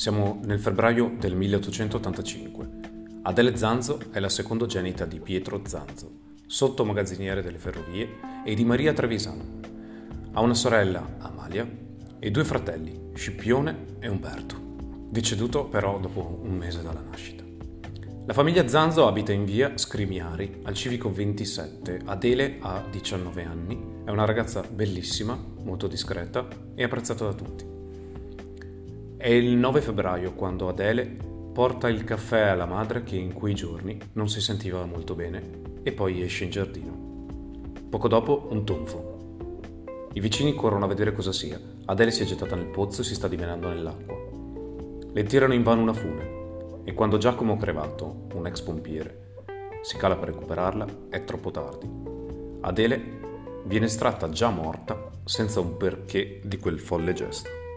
Siamo nel febbraio del 1885. Adele Zanzo è la secondogenita di Pietro Zanzo, sottomagazziniere delle ferrovie, e di Maria Trevisano. Ha una sorella, Amalia, e due fratelli, Scipione e Umberto, deceduto però dopo un mese dalla nascita. La famiglia Zanzo abita in via Scrimiari, al civico 27. Adele ha 19 anni, è una ragazza bellissima, molto discreta e apprezzata da tutti. È il 9 febbraio quando Adele porta il caffè alla madre che in quei giorni non si sentiva molto bene e poi esce in giardino. Poco dopo un tonfo. I vicini corrono a vedere cosa sia. Adele si è gettata nel pozzo e si sta dimenando nell'acqua. Le tirano invano una fune e quando Giacomo Crevato, un ex pompiere, si cala per recuperarla è troppo tardi. Adele viene estratta già morta senza un perché di quel folle gesto.